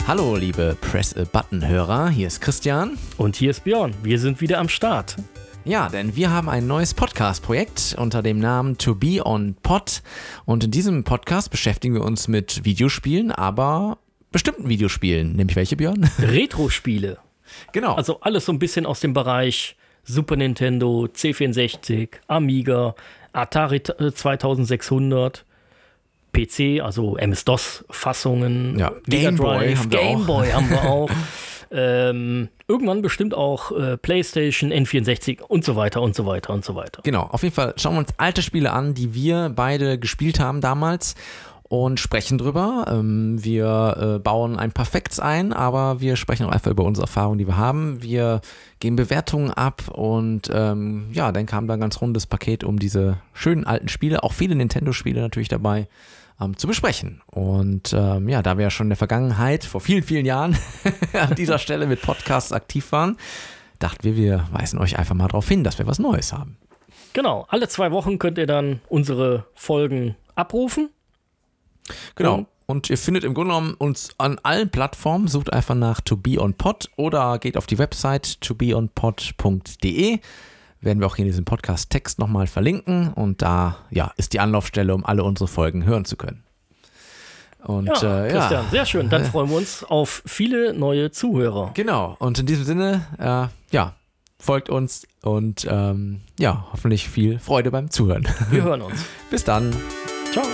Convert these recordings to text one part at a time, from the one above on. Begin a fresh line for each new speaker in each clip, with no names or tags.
Hallo liebe Press-a-Button-Hörer, hier ist Christian.
Und hier ist Björn, wir sind wieder am Start.
Ja, denn wir haben ein neues Podcast-Projekt unter dem Namen To Be On Pod. Und in diesem Podcast beschäftigen wir uns mit Videospielen, aber bestimmten Videospielen. Nämlich welche, Björn?
Retro-Spiele.
Genau.
Also alles so ein bisschen aus dem Bereich Super Nintendo, C64, Amiga, Atari 2600, PC, also MS-DOS-Fassungen,
Ja,
Mega Drive,
Game Boy
haben wir auch. Irgendwann bestimmt auch PlayStation, N64 und so weiter und so weiter und so weiter.
Genau, auf jeden Fall schauen wir uns alte Spiele an, die wir beide gespielt haben damals und sprechen drüber. Wir bauen ein paar Facts ein, aber wir sprechen auch einfach über unsere Erfahrungen, die wir haben. Wir geben Bewertungen ab und dann kam da ein ganz rundes Paket, um diese schönen alten Spiele, auch viele Nintendo-Spiele natürlich dabei, zu besprechen. Und da wir ja schon in der Vergangenheit, vor vielen, vielen Jahren, an dieser Stelle mit Podcasts aktiv waren, dachten wir weisen euch einfach mal darauf hin, dass wir was Neues haben.
Genau, alle 2 Wochen könnt ihr dann unsere Folgen abrufen.
Genau. Und ihr findet im Grunde genommen uns an allen Plattformen, sucht einfach nach To Be On Pod oder geht auf die Website tobeonpod.de. Werden wir auch hier in diesem Podcast-Text nochmal verlinken und da ist die Anlaufstelle, um alle unsere Folgen hören zu können. Und,
Christian, sehr schön. Dann freuen wir uns auf viele neue Zuhörer.
Genau. Und in diesem Sinne, folgt uns und hoffentlich viel Freude beim Zuhören.
Wir hören uns.
Bis dann.
Ciao.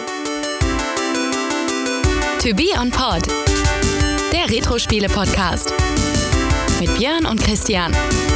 To Be On Pod, der Retro-Spiele-Podcast mit Björn und Christian.